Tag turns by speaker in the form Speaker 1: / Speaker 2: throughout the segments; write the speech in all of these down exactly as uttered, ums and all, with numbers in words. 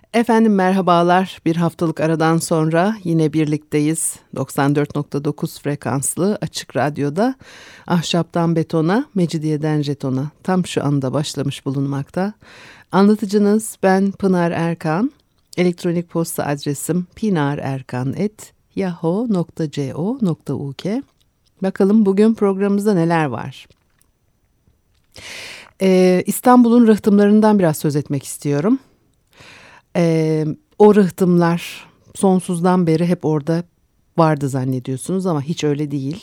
Speaker 1: Efendim merhabalar. Bir haftalık aradan sonra yine birlikteyiz. doksan dört nokta dokuz frekanslı Açık Radyo'da Ahşaptan Betona, Mecidiyeden Jeton'a tam şu anda başlamış bulunmakta. Anlatıcınız ben Pınar Erkan. Elektronik posta adresim pinarerkan at yahoo nokta co nokta uk. Bakalım bugün programımızda neler var? Ee, İstanbul'un rıhtımlarından biraz söz etmek istiyorum. Ee, o rıhtımlar sonsuzdan beri hep orada vardı zannediyorsunuz ama hiç öyle değil.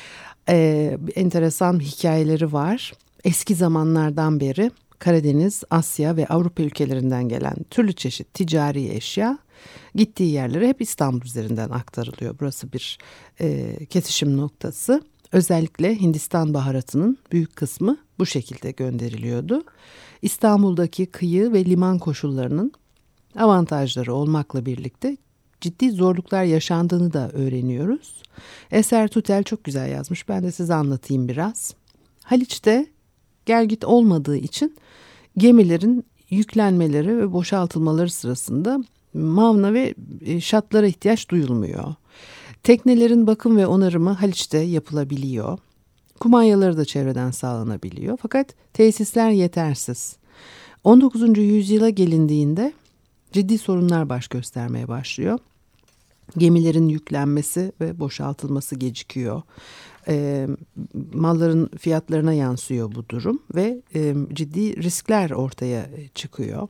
Speaker 1: Ee, enteresan hikayeleri var. Eski zamanlardan beri Karadeniz, Asya ve Avrupa ülkelerinden gelen türlü çeşit ticari eşya gittiği yerlere hep İstanbul üzerinden aktarılıyor. Burası bir e, kesişim noktası. Özellikle Hindistan baharatının büyük kısmı bu şekilde gönderiliyordu. İstanbul'daki kıyı ve liman koşullarının avantajları olmakla birlikte ciddi zorluklar yaşandığını da öğreniyoruz. Eser Tutel çok güzel yazmış. Ben de size anlatayım biraz. Haliç'te gelgit olmadığı için gemilerin yüklenmeleri ve boşaltılmaları sırasında mavna ve şatlara ihtiyaç duyulmuyor. Teknelerin bakım ve onarımı Haliç'te yapılabiliyor. Kumanyaları da çevreden sağlanabiliyor. Fakat tesisler yetersiz. on dokuzuncu yüzyıla gelindiğinde ciddi sorunlar baş göstermeye başlıyor. Gemilerin yüklenmesi ve boşaltılması gecikiyor. E, malların fiyatlarına yansıyor bu durum ve e, ciddi riskler ortaya çıkıyor.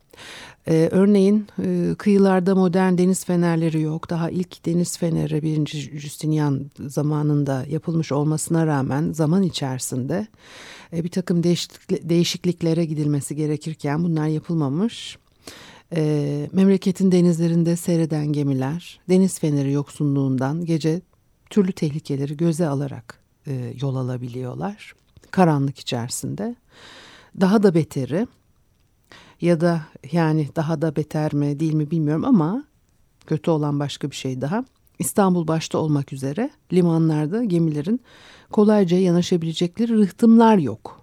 Speaker 1: E, örneğin e, kıyılarda modern deniz fenerleri yok. Daha ilk deniz feneri birinci. Justinian zamanında yapılmış olmasına rağmen zaman içerisinde e, bir takım değişiklik, değişikliklere gidilmesi gerekirken bunlar yapılmamış. E, memleketin denizlerinde seyreden gemiler deniz feneri yoksunluğundan gece türlü tehlikeleri göze alarak e, yol alabiliyorlar. Karanlık içerisinde. Daha da beteri ya da yani daha da beter mi değil mi bilmiyorum ama kötü olan başka bir şey daha. İstanbul başta olmak üzere limanlarda gemilerin kolayca yanaşabilecekleri rıhtımlar yok.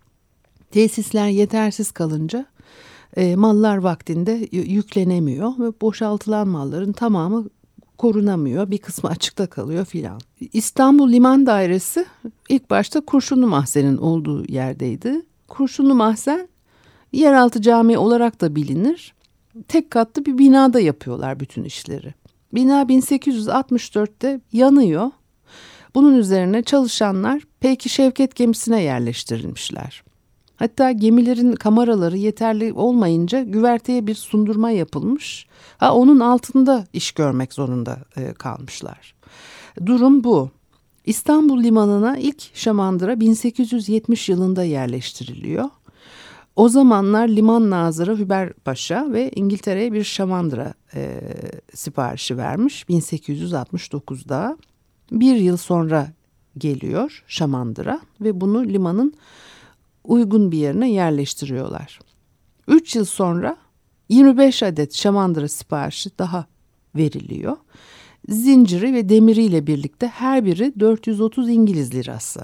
Speaker 1: Tesisler yetersiz kalınca E, mallar vaktinde yüklenemiyor ve boşaltılan malların tamamı korunamıyor. Bir kısmı açıkta kalıyor filan. İstanbul Liman Dairesi ilk başta Kurşunlu Mahzen'in olduğu yerdeydi. Kurşunlu Mahzen yeraltı cami olarak da bilinir. Tek katlı bir binada yapıyorlar bütün işleri. Bina bin sekiz yüz altmış dörtte yanıyor. Bunun üzerine çalışanlar Peyki Şevket gemisine yerleştirilmişler. Hatta gemilerin kameraları yeterli olmayınca güverteye bir sundurma yapılmış. Ha, onun altında iş görmek zorunda e, kalmışlar. Durum bu. İstanbul limanına ilk şamandıra bin sekiz yüz yetmiş yılında yerleştiriliyor. O zamanlar liman nazırı Hüber Paşa ve İngiltere'ye bir şamandıra e, siparişi vermiş bin sekiz yüz altmış dokuzda. Bir yıl sonra geliyor şamandıra ve bunu limanın uygun bir yerine yerleştiriyorlar. Üç yıl sonra yirmi beş adet şamandıra siparişi daha veriliyor. Zinciri ve demiriyle birlikte her biri dört yüz otuz İngiliz lirası.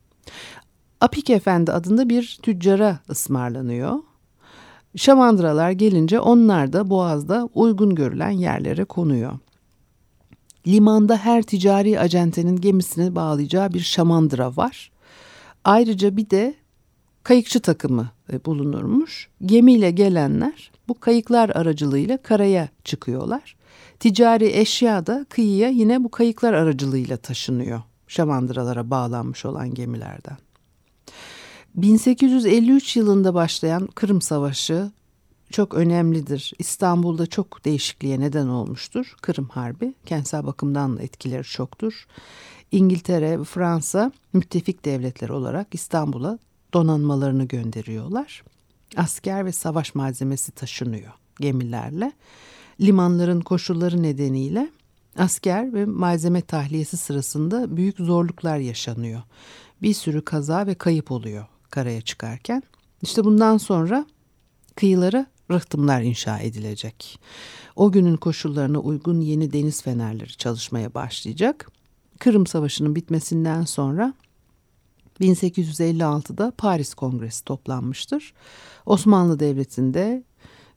Speaker 1: Apik Efendi adında bir tüccara ısmarlanıyor. Şamandıralar gelince onlar da Boğaz'da uygun görülen yerlere konuyor. Limanda her ticari acentenin gemisini bağlayacağı bir şamandıra var. Ayrıca bir de kayıkçı takımı bulunurmuş. Gemiyle gelenler bu kayıklar aracılığıyla karaya çıkıyorlar. Ticari eşya da kıyıya yine bu kayıklar aracılığıyla taşınıyor. Şamandıralara bağlanmış olan gemilerden. bin sekiz yüz elli üç yılında başlayan Kırım Savaşı çok önemlidir. İstanbul'da çok değişikliğe neden olmuştur. Kırım Harbi kentsel bakımdan da etkileri çoktur. İngiltere ve Fransa müttefik devletler olarak İstanbul'a donanmalarını gönderiyorlar. Asker ve savaş malzemesi taşınıyor gemilerle. Limanların koşulları nedeniyle asker ve malzeme tahliyesi sırasında büyük zorluklar yaşanıyor. Bir sürü kaza ve kayıp oluyor karaya çıkarken. İşte bundan sonra kıyılara rıhtımlar inşa edilecek. O günün koşullarına uygun yeni deniz fenerleri çalışmaya başlayacak. Kırım Savaşı'nın bitmesinden sonra bin sekiz yüz elli altıda Paris Kongresi toplanmıştır. Osmanlı Devleti'nde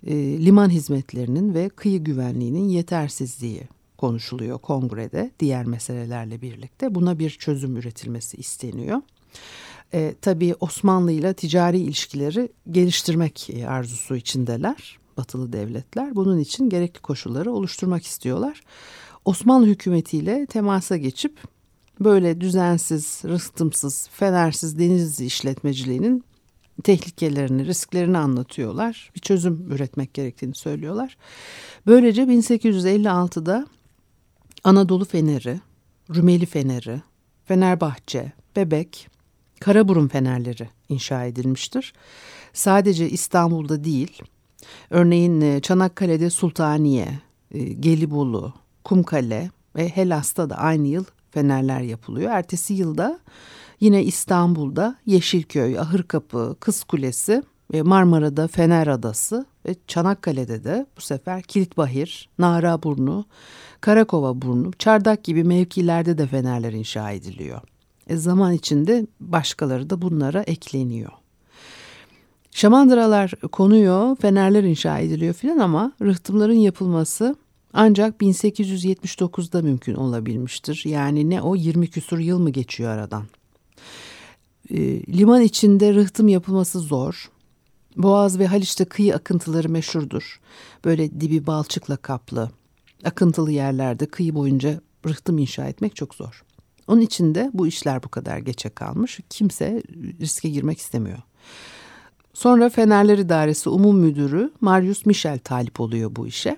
Speaker 1: e, liman hizmetlerinin ve kıyı güvenliğinin yetersizliği konuşuluyor kongrede diğer meselelerle birlikte. Buna bir çözüm üretilmesi isteniyor. E, tabii Osmanlı ile ticari ilişkileri geliştirmek arzusu içindeler batılı devletler. Bunun için gerekli koşulları oluşturmak istiyorlar. Osmanlı hükümetiyle temasa geçip böyle düzensiz, rıhtımsız, fenersiz deniz işletmeciliğinin tehlikelerini, risklerini anlatıyorlar. Bir çözüm üretmek gerektiğini söylüyorlar. Böylece bin sekiz yüz elli altıda Anadolu Feneri, Rumeli Feneri, Fenerbahçe, Bebek, Karaburun fenerleri inşa edilmiştir. Sadece İstanbul'da değil, örneğin Çanakkale'de Sultaniye, Gelibolu, Kumkale ve Hellas'ta da aynı yıl fenerler yapılıyor. Ertesi yılda yine İstanbul'da Yeşilköy, Ahırkapı, Kız Kulesi ve Marmara'da Fener Adası ve Çanakkale'de de bu sefer Kilitbahir, Naraburnu, Karakova Burnu, Çardak gibi mevkilerde de fenerler inşa ediliyor. E zaman içinde başkaları da bunlara ekleniyor. Şamandıralar konuyor, fenerler inşa ediliyor filan ama rıhtımların yapılması ancak bin sekiz yüz yetmiş dokuzda mümkün olabilmiştir. Yani ne o yirmi küsur yıl mı geçiyor aradan? E, liman içinde rıhtım yapılması zor. Boğaz ve Haliç'te kıyı akıntıları meşhurdur. Böyle dibi balçıkla kaplı, akıntılı yerlerde kıyı boyunca rıhtım inşa etmek çok zor. Onun için de bu işler bu kadar geçe kalmış. Kimse riske girmek istemiyor. Sonra Fenerler İdaresi Umum Müdürü Marius Michel talip oluyor bu işe.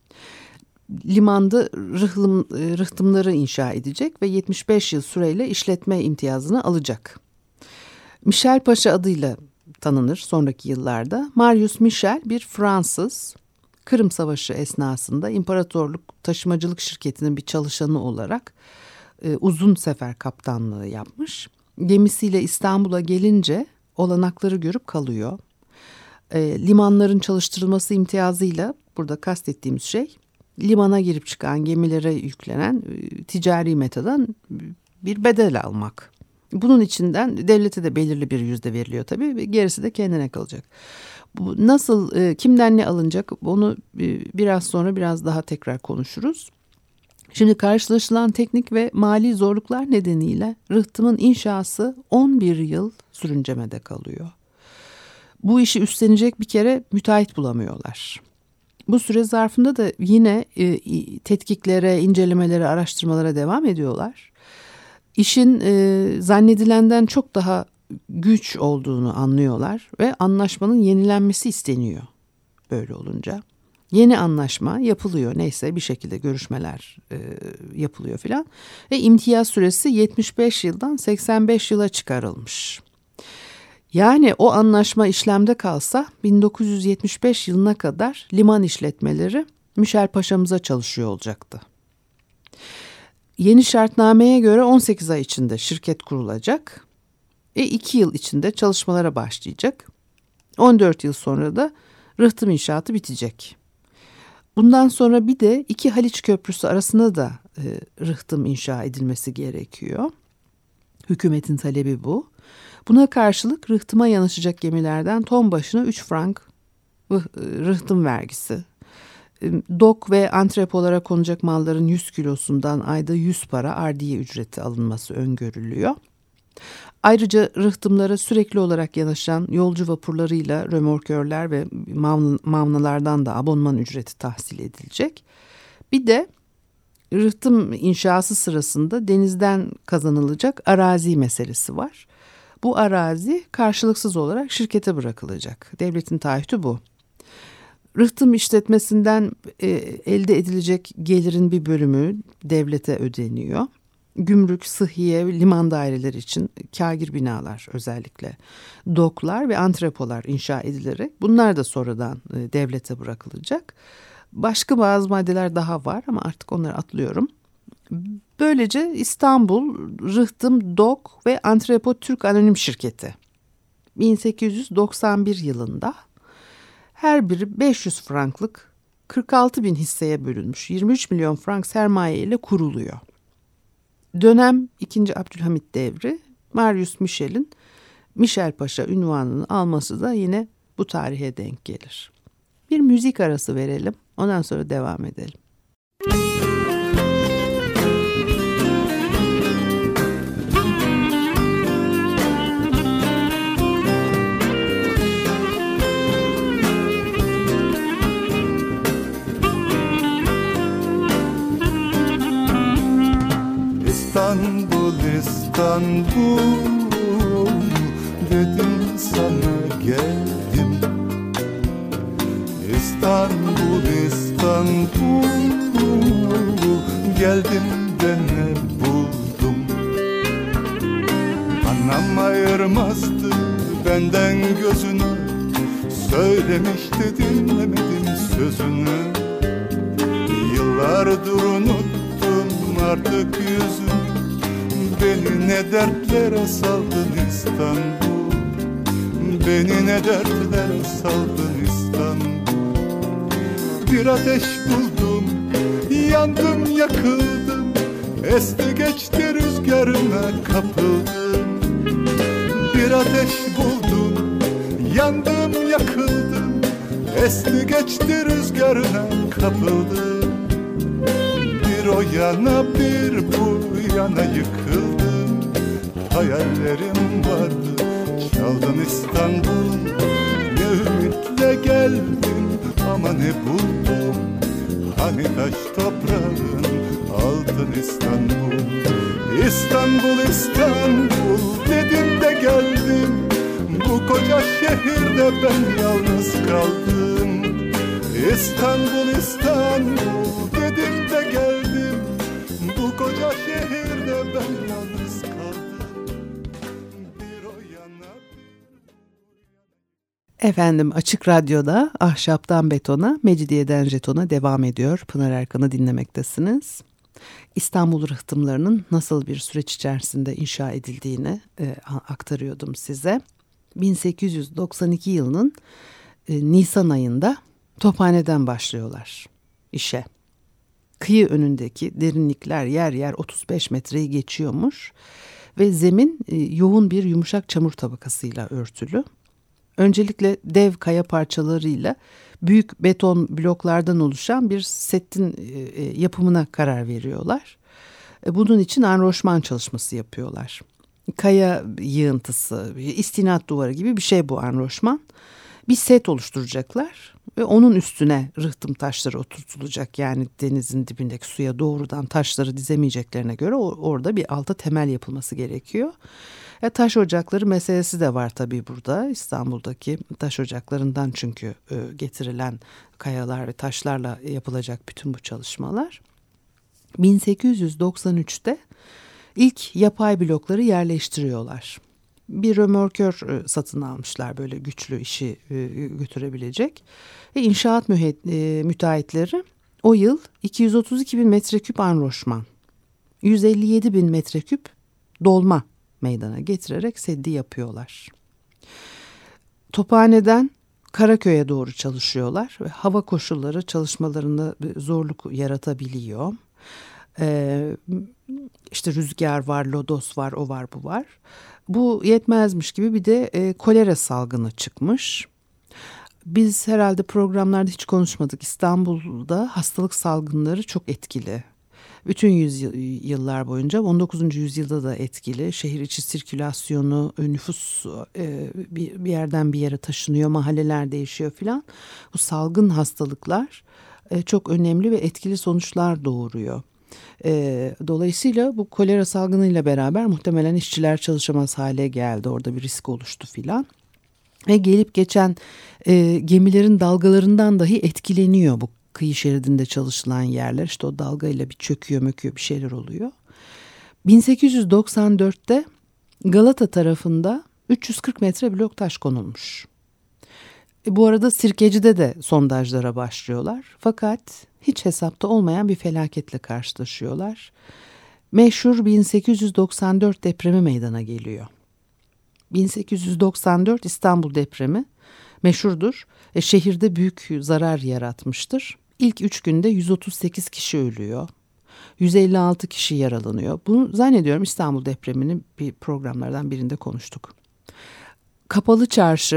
Speaker 1: Limanda rıhtım, rıhtımları inşa edecek ve yetmiş beş yıl süreyle işletme imtiyazını alacak. Michel Paşa adıyla tanınır sonraki yıllarda. Marius Michel bir Fransız. Kırım Savaşı esnasında imparatorluk taşımacılık şirketinin bir çalışanı olarak e, uzun sefer kaptanlığı yapmış. Gemisiyle İstanbul'a gelince olanakları görüp kalıyor. E, limanların çalıştırılması imtiyazıyla burada kastettiğimiz şey limana girip çıkan gemilere yüklenen e, ticari metadan bir bedel almak. Bunun içinden devlete de belirli bir yüzde veriliyor tabii. Gerisi de kendine kalacak. Bu nasıl, e, kimden ne alınacak onu e, biraz sonra biraz daha tekrar konuşuruz. Şimdi karşılaşılan teknik ve mali zorluklar nedeniyle rıhtımın inşası on bir yıl sürüncemede kalıyor. Bu işi üstlenecek bir kere müteahhit bulamıyorlar. Bu süre zarfında da yine e, tetkiklere, incelemelere, araştırmalara devam ediyorlar. İşin e, zannedilenden çok daha güç olduğunu anlıyorlar ve anlaşmanın yenilenmesi isteniyor böyle olunca. Yeni anlaşma yapılıyor, neyse bir şekilde görüşmeler e, yapılıyor filan ve imtiyaz süresi yetmiş beş yıldan seksen beş yıla çıkarılmış. Yani o anlaşma işlemde kalsa bin dokuz yüz yetmiş beş yılına kadar liman işletmeleri Michel Paşa'mıza çalışıyor olacaktı. Yeni şartnameye göre on sekiz ay içinde şirket kurulacak ve iki yıl içinde çalışmalara başlayacak. on dört yıl sonra da rıhtım inşaatı bitecek. Bundan sonra bir de iki Haliç Köprüsü arasında da e, rıhtım inşa edilmesi gerekiyor. Hükümetin talebi bu. Buna karşılık rıhtıma yanaşacak gemilerden ton başına üç frank rıhtım vergisi. Dok ve antrepolara konacak malların yüz kilosundan ayda yüz para ardiye ücreti alınması öngörülüyor. Ayrıca rıhtımlara sürekli olarak yanaşan yolcu vapurlarıyla römorkörler ve mavnalardan da abonman ücreti tahsil edilecek. Bir de rıhtım inşası sırasında denizden kazanılacak arazi meselesi var. Bu arazi karşılıksız olarak şirkete bırakılacak. Devletin taahhütü bu. Rıhtım işletmesinden e, elde edilecek gelirin bir bölümü devlete ödeniyor. Gümrük, sıhhiye, liman daireleri için kâgir binalar özellikle doklar ve antrepolar inşa edilerek bunlar da sonradan e, devlete bırakılacak. Başka bazı maddeler daha var ama artık onları atlıyorum. Böylece İstanbul Rıhtım, Dok ve Antrepo Türk Anonim Şirketi bin sekiz yüz doksan bir yılında her biri beş yüz franklık kırk altı bin hisseye bölünmüş yirmi üç milyon frank sermaye ile kuruluyor. Dönem ikinci. Abdülhamit devri, Marius Michel'in Michel Paşa unvanını alması da yine bu tarihe denk gelir. Bir müzik arası verelim. Ondan sonra devam edelim.
Speaker 2: İstanbul, İstanbul dedim sana geldim. İstanbul, İstanbul geldim de ne buldum. Anam ayırmazdı benden gözünü, söylemişti dinlemedim sözünü. Yıllardır unuttum artık yüzünü, beni ne dertlere saldın İstanbul, beni ne dertlere saldın İstanbul. Bir ateş buldum, yandım yakıldım, esti geçti rüzgarına kapıldım. Bir ateş buldum, yandım yakıldım, esti geçti rüzgarına kapıldım. Bir o yana bir bu yana yıkıldım, hayallerim vardı çaldım İstanbul. Ne ümitle geldim ama ne buldum, hani taş toprağın altın İstanbul. İstanbul, İstanbul dedim de geldim, bu koca şehirde ben yalnız kaldım. İstanbul, İstanbul dedim de geldim, bu koca şehirde ben yalnız kaldım. Bir o yana
Speaker 1: Efendim, Açık Radyo'da Ahşaptan Betona, Mecidiyeden Jeton'a devam ediyor. Pınar Erkan'ı dinlemektesiniz. İstanbul rıhtımlarının nasıl bir süreç içerisinde inşa edildiğini e, aktarıyordum size. bin sekiz yüz doksan iki yılının e, Nisan ayında Tophane'den başlıyorlar işe. Kıyı önündeki derinlikler yer yer otuz beş metreyi geçiyormuş ve zemin e, yoğun bir yumuşak çamur tabakasıyla örtülü. Öncelikle dev kaya parçalarıyla büyük beton bloklardan oluşan bir setin e, yapımına karar veriyorlar. E, bunun için anroşman çalışması yapıyorlar. Kaya yığıntısı, istinat duvarı gibi bir şey bu anroşman. Bir set oluşturacaklar ve onun üstüne rıhtım taşları oturtulacak. Yani denizin dibindeki suya doğrudan taşları dizemeyeceklerine göre orada bir alta temel yapılması gerekiyor. E, taş ocakları meselesi de var tabii burada. İstanbul'daki taş ocaklarından çünkü e, getirilen kayalar ve taşlarla yapılacak bütün bu çalışmalar. bin sekiz yüz doksan üçte ilk yapay blokları yerleştiriyorlar. Bir römorkör e, satın almışlar, böyle güçlü işi e, götürebilecek. Ve inşaat mühe- e, müteahhitleri o yıl iki yüz otuz iki bin metreküp anroşman, yüz elli yedi bin metreküp dolma meydana getirerek seddi yapıyorlar. Tophane'den Karaköy'e doğru çalışıyorlar ve hava koşulları çalışmalarında zorluk yaratabiliyor. Ee, işte rüzgar var, lodos var, o var, bu var. Bu yetmezmiş gibi bir de e, kolera salgını çıkmış. Biz herhalde programlarda hiç konuşmadık. İstanbul'da hastalık salgınları çok etkili. Bütün yüzyıllar boyunca, on dokuzuncu yüzyılda da etkili. Şehir içi sirkülasyonu, nüfus e, bir, bir yerden bir yere taşınıyor, mahalleler değişiyor filan. Bu salgın hastalıklar e, çok önemli ve etkili sonuçlar doğuruyor. E, dolayısıyla bu kolera salgınıyla beraber muhtemelen işçiler çalışamaz hale geldi. Orada bir risk oluştu filan. Ve gelip geçen e, gemilerin dalgalarından dahi etkileniyor bu kıyı şeridinde çalışılan yerler. İşte o dalgayla bir çöküyor möküyor, bir şeyler oluyor. bin sekiz yüz doksan dörtte Galata tarafında üç yüz kırk metre blok taş konulmuş. E, bu arada Sirkeci'de de sondajlara başlıyorlar. Fakat hiç hesapta olmayan bir felaketle karşılaşıyorlar. Meşhur bin sekiz yüz doksan dört depremi meydana geliyor. bin sekiz yüz doksan dört İstanbul depremi meşhurdur. E, şehirde büyük zarar yaratmıştır. İlk üç günde yüz otuz sekiz kişi ölüyor. yüz elli altı kişi yaralanıyor. Bunu zannediyorum İstanbul depremini bir programlardan birinde konuştuk. Kapalı Çarşı,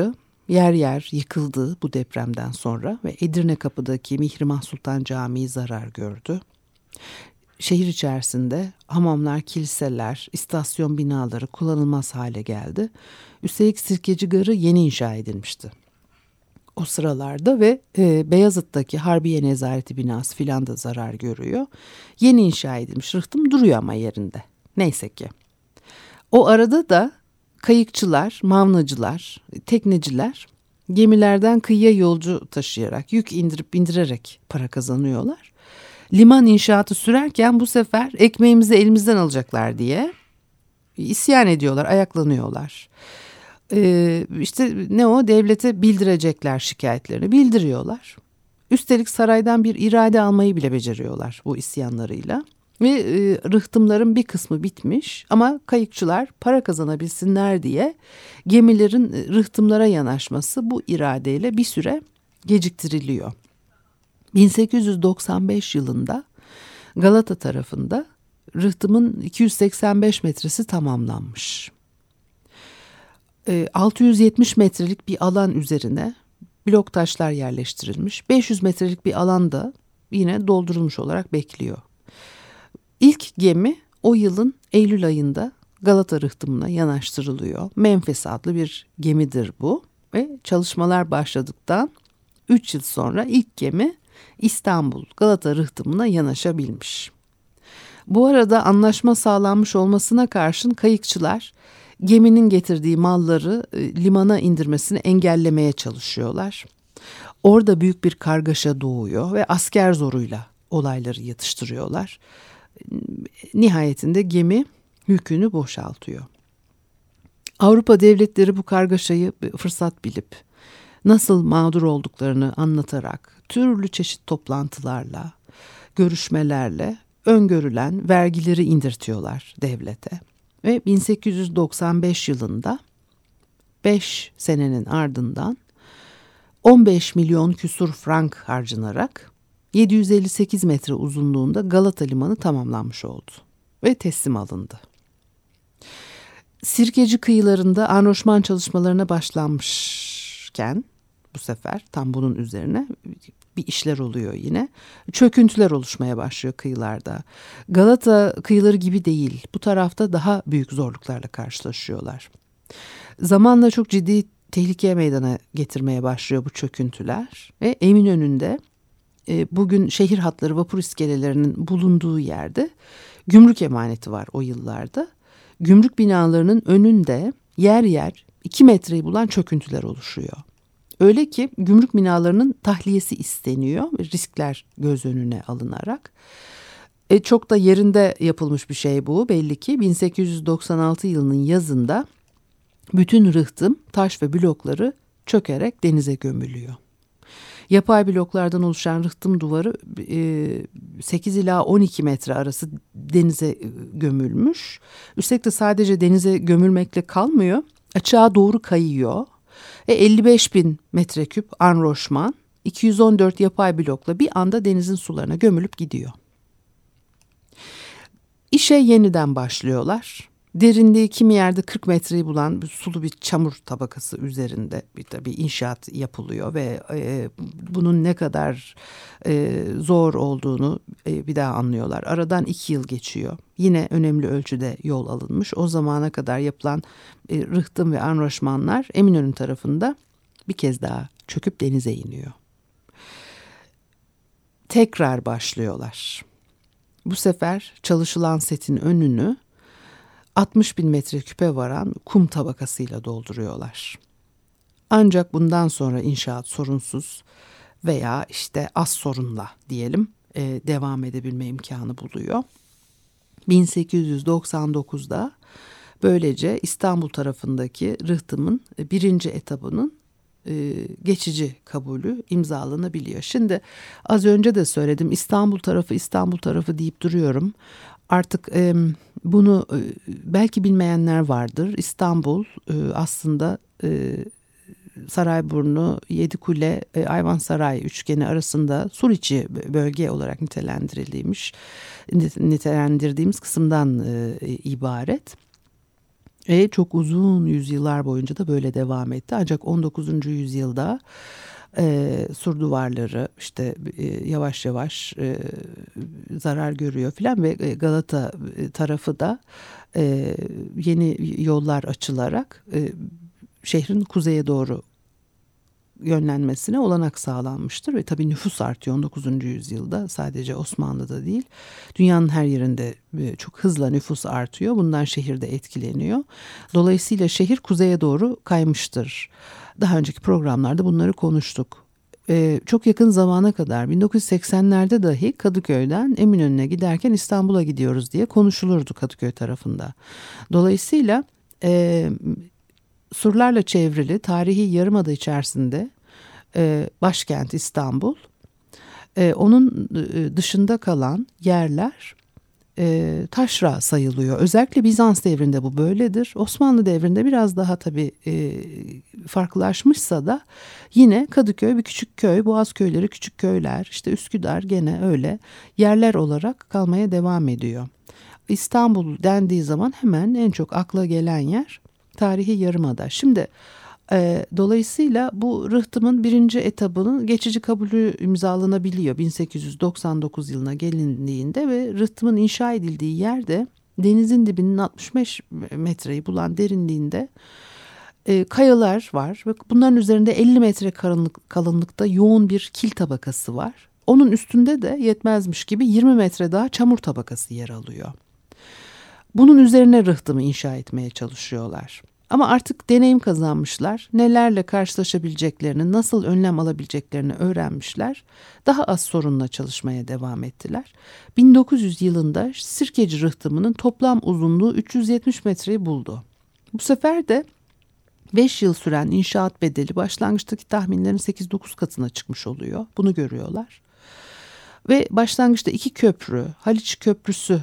Speaker 1: yer yer yıkıldı bu depremden sonra ve Edirne Kapı'daki Mihrimah Sultan Camii zarar gördü. Şehir içerisinde hamamlar, kiliseler, istasyon binaları kullanılmaz hale geldi. Üstelik Sirkeci Garı yeni inşa edilmişti o sıralarda ve e, Beyazıt'taki Harbiye Nezareti binası filan da zarar görüyor. Yeni inşa edilmiş rıhtım duruyor ama yerinde. Neyse ki. O arada da kayıkçılar, mavnacılar, tekneciler gemilerden kıyıya yolcu taşıyarak, yük indirip bindirerek para kazanıyorlar. Liman inşaatı sürerken bu sefer ekmeğimizi elimizden alacaklar diye isyan ediyorlar, ayaklanıyorlar. Ee, işte ne o devlete bildirecekler şikayetlerini, bildiriyorlar. Üstelik saraydan bir irade almayı bile beceriyorlar bu isyanlarıyla. Ve e, rıhtımların bir kısmı bitmiş ama kayıkçılar para kazanabilsinler diye gemilerin e, rıhtımlara yanaşması bu iradeyle bir süre geciktiriliyor. bin sekiz yüz doksan beş yılında Galata tarafında rıhtımın iki yüz seksen beş metresi tamamlanmış. E, altı yüz yetmiş metrelik bir alan üzerine blok taşlar yerleştirilmiş. beş yüz metrelik bir alan da yine doldurulmuş olarak bekliyor. İlk gemi o yılın Eylül ayında Galata rıhtımına yanaştırılıyor. Memphis adlı bir gemidir bu ve çalışmalar başladıktan üç yıl sonra ilk gemi İstanbul Galata rıhtımına yanaşabilmiş. Bu arada anlaşma sağlanmış olmasına karşın kayıkçılar geminin getirdiği malları e, limana indirmesini engellemeye çalışıyorlar. Orada büyük bir kargaşa doğuyor ve asker zoruyla olayları yatıştırıyorlar. Nihayetinde gemi yükünü boşaltıyor. Avrupa devletleri bu kargaşayı fırsat bilip nasıl mağdur olduklarını anlatarak türlü çeşit toplantılarla, görüşmelerle öngörülen vergileri indirtiyorlar devlete. Ve bin sekiz yüz doksan beş yılında beş senenin ardından on beş milyon küsur frank harcanarak yedi yüz elli sekiz metre uzunluğunda Galata Limanı tamamlanmış oldu ve teslim alındı. Sirkeci kıyılarında anroşman çalışmalarına başlanmışken bu sefer tam bunun üzerine bir işler oluyor yine. Çöküntüler oluşmaya başlıyor kıyılarda. Galata kıyıları gibi değil. Bu tarafta daha büyük zorluklarla karşılaşıyorlar. Zamanla çok ciddi tehlike meydana getirmeye başlıyor bu çöküntüler ve Eminönü'nde bugün şehir hatları vapur iskelelerinin bulunduğu yerde gümrük emaneti var o yıllarda. Gümrük binalarının önünde yer yer iki metreyi bulan çöküntüler oluşuyor. Öyle ki gümrük binalarının tahliyesi isteniyor, riskler göz önüne alınarak. E, çok da yerinde yapılmış bir şey bu belli ki. bin sekiz yüz doksan altı yılının yazında bütün rıhtım, taş ve blokları çökerek denize gömülüyor. Yapay bloklardan oluşan rıhtım duvarı sekiz ila on iki metre arası denize gömülmüş. Üstelik de sadece denize gömülmekle kalmıyor, açığa doğru kayıyor. E elli beş bin metreküp anroşman, iki yüz on dört yapay blokla bir anda denizin sularına gömülüp gidiyor. İşe yeniden başlıyorlar. Derinliği kimi yerde kırk metreyi bulan bir sulu bir çamur tabakası üzerinde bir tabii inşaat yapılıyor ve e, bunun ne kadar e, zor olduğunu e, bir daha anlıyorlar. Aradan iki yıl geçiyor. Yine önemli ölçüde yol alınmış. O zamana kadar yapılan e, rıhtım ve anroşmanlar Eminönü tarafında bir kez daha çöküp denize iniyor. Tekrar başlıyorlar. Bu sefer çalışılan setin önünü altmış bin metreküpe varan kum tabakasıyla dolduruyorlar. Ancak bundan sonra inşaat sorunsuz veya işte az sorunla diyelim e, devam edebilme imkanı buluyor. bin sekiz yüz doksan dokuzda böylece İstanbul tarafındaki rıhtımın birinci etabının e, geçici kabulü imzalanabiliyor. Şimdi az önce de söyledim, İstanbul tarafı İstanbul tarafı deyip duruyorum. Artık e, bunu e, belki bilmeyenler vardır. İstanbul e, aslında e, Sarayburnu, Yedikule, e, Ayvansaray üçgeni arasında Suriçi bölge olarak nitelendirilmiş, nitelendirdiğimiz kısımdan e, ibaret. E, çok uzun yüzyıllar boyunca da böyle devam etti. Ancak on dokuzuncu yüzyılda e, sur duvarları işte e, yavaş yavaş e, zarar görüyor filan ve Galata tarafı da e, yeni yollar açılarak e, şehrin kuzeye doğru yönlenmesine olanak sağlanmıştır ve tabii nüfus artıyor on dokuzuncu yüzyılda, sadece Osmanlı'da değil, dünyanın her yerinde çok hızla nüfus artıyor. Bundan şehir de etkileniyor. Dolayısıyla şehir kuzeye doğru kaymıştır. Daha önceki programlarda bunları konuştuk. Ee, çok yakın zamana kadar bin dokuz yüz seksenlerde dahi Kadıköy'den Eminönü'ne giderken İstanbul'a gidiyoruz diye konuşulurdu Kadıköy tarafında. Dolayısıyla e, surlarla çevrili tarihi yarımada içerisinde e, başkent İstanbul, e, onun dışında kalan yerler e, taşra sayılıyor. Özellikle Bizans devrinde bu böyledir. Osmanlı devrinde biraz daha tabii e, farklılaşmışsa da yine Kadıköy bir küçük köy, Boğaz köyleri küçük köyler, işte Üsküdar gene öyle yerler olarak kalmaya devam ediyor. İstanbul dendiği zaman hemen en çok akla gelen yer tarihi yarımada. Şimdi e, dolayısıyla bu rıhtımın birinci etabının geçici kabulü imzalanabiliyor bin sekiz yüz doksan dokuz yılına gelindiğinde ve rıhtımın inşa edildiği yerde denizin dibinin altmış beş metreyi bulan derinliğinde e, kayalar var ve bunların üzerinde elli metre kalınlık, kalınlıkta yoğun bir kil tabakası var. Onun üstünde de yetmezmiş gibi yirmi metre daha çamur tabakası yer alıyor. Bunun üzerine rıhtımı inşa etmeye çalışıyorlar. Ama artık deneyim kazanmışlar, nelerle karşılaşabileceklerini, nasıl önlem alabileceklerini öğrenmişler. Daha az sorunla çalışmaya devam ettiler. bin dokuz yüz yılında Sirkeci rıhtımının toplam uzunluğu üç yüz yetmiş metreyi buldu. Bu sefer de beş yıl süren inşaat bedeli başlangıçtaki tahminlerin sekiz dokuz katına çıkmış oluyor. Bunu görüyorlar. Ve başlangıçta iki köprü, Haliç Köprüsü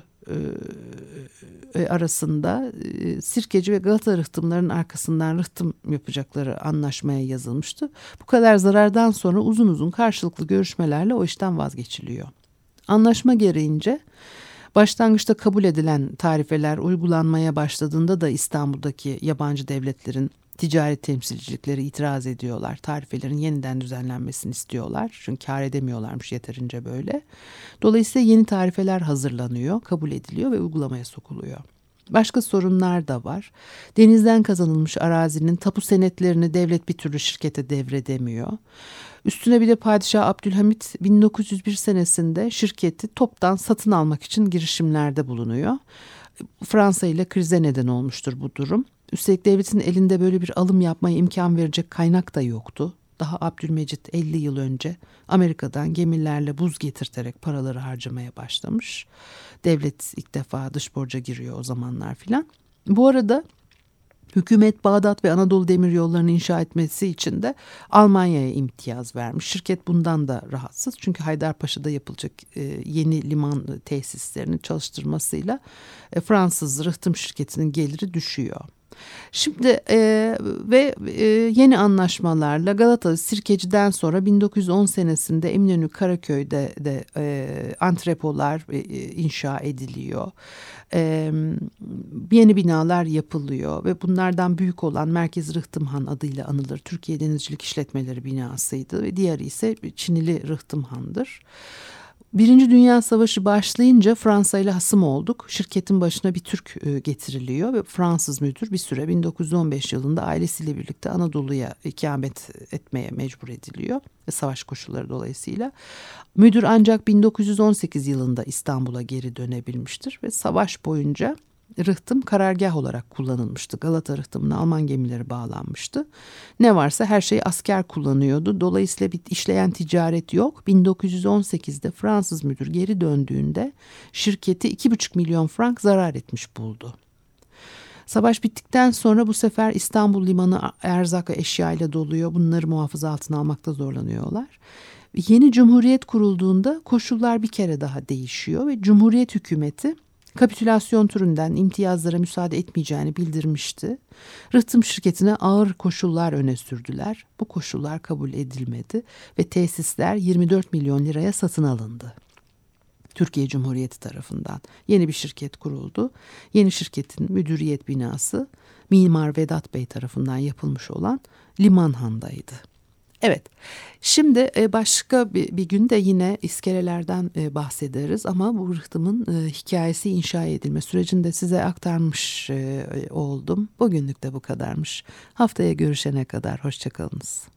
Speaker 1: arasında Sirkeci ve Galata rıhtımlarının arkasından rıhtım yapacakları anlaşmaya yazılmıştı. Bu kadar zarardan sonra uzun uzun karşılıklı görüşmelerle o işten vazgeçiliyor. Anlaşma gereğince başlangıçta kabul edilen tarifeler uygulanmaya başladığında da İstanbul'daki yabancı devletlerin ticari temsilcilikleri itiraz ediyorlar. Tarifelerin yeniden düzenlenmesini istiyorlar. Çünkü kâr edemiyorlarmış yeterince böyle. Dolayısıyla yeni tarifeler hazırlanıyor, kabul ediliyor ve uygulamaya sokuluyor. Başka sorunlar da var. Denizden kazanılmış arazinin tapu senetlerini devlet bir türlü şirkete devredemiyor. Üstüne bir de Padişah Abdülhamit bin dokuz yüz bir senesinde şirketi toptan satın almak için girişimlerde bulunuyor. Fransa ile krize neden olmuştur bu durum. Üstelik devletin elinde böyle bir alım yapmaya imkan verecek kaynak da yoktu. Daha Abdülmecit elli yıl önce Amerika'dan gemilerle buz getirterek paraları harcamaya başlamış. Devlet ilk defa dış borca giriyor o zamanlar filan. Bu arada hükümet Bağdat ve Anadolu demiryollarını inşa etmesi için de Almanya'ya imtiyaz vermiş. Şirket bundan da rahatsız. Çünkü Haydarpaşa'da yapılacak yeni liman tesislerini çalıştırmasıyla Fransız rıhtım şirketinin geliri düşüyor. Şimdi e, ve e, yeni anlaşmalarla Galata Sirkeci'den sonra bin dokuz yüz on senesinde Eminönü Karaköy'de de e, antrepolar e, inşa ediliyor. E, yeni binalar yapılıyor ve bunlardan büyük olan Merkez Rıhtımhan adıyla anılır. Türkiye Denizcilik İşletmeleri binasıydı ve diğeri ise Çinili Rıhtımhan'dır. Birinci Dünya Savaşı başlayınca Fransa ile hasım olduk. Şirketin başına bir Türk getiriliyor ve Fransız müdür bir süre bin dokuz yüz on beş yılında ailesiyle birlikte Anadolu'ya ikamet etmeye mecbur ediliyor. Savaş koşulları dolayısıyla. Müdür ancak bin dokuz yüz on sekiz yılında İstanbul'a geri dönebilmiştir ve savaş boyunca rıhtım karargah olarak kullanılmıştı. Galata rıhtımına Alman gemileri bağlanmıştı. Ne varsa her şeyi asker kullanıyordu. Dolayısıyla bir işleyen ticaret yok. bin dokuz yüz on sekizde Fransız müdür geri döndüğünde şirketi iki buçuk milyon frank zarar etmiş buldu. Savaş bittikten sonra bu sefer İstanbul limanı erzak ve eşyayla doluyor. Bunları muhafaza altına almakta zorlanıyorlar. Yeni cumhuriyet kurulduğunda koşullar bir kere daha değişiyor ve Cumhuriyet hükümeti kapitülasyon türünden imtiyazlara müsaade etmeyeceğini bildirmişti. Rıhtım şirketine ağır koşullar öne sürdüler. Bu koşullar kabul edilmedi ve tesisler yirmi dört milyon liraya satın alındı. Türkiye Cumhuriyeti tarafından yeni bir şirket kuruldu. Yeni şirketin müdüriyet binası Mimar Vedat Bey tarafından yapılmış olan Limanhan'daydı. Evet, şimdi başka bir, bir gün de yine iskelelerden bahsederiz ama bu rıhtımın hikayesi inşa edilme sürecinde size aktarmış oldum. Bugünlük de bu kadarmış. Haftaya görüşene kadar hoşça kalınız.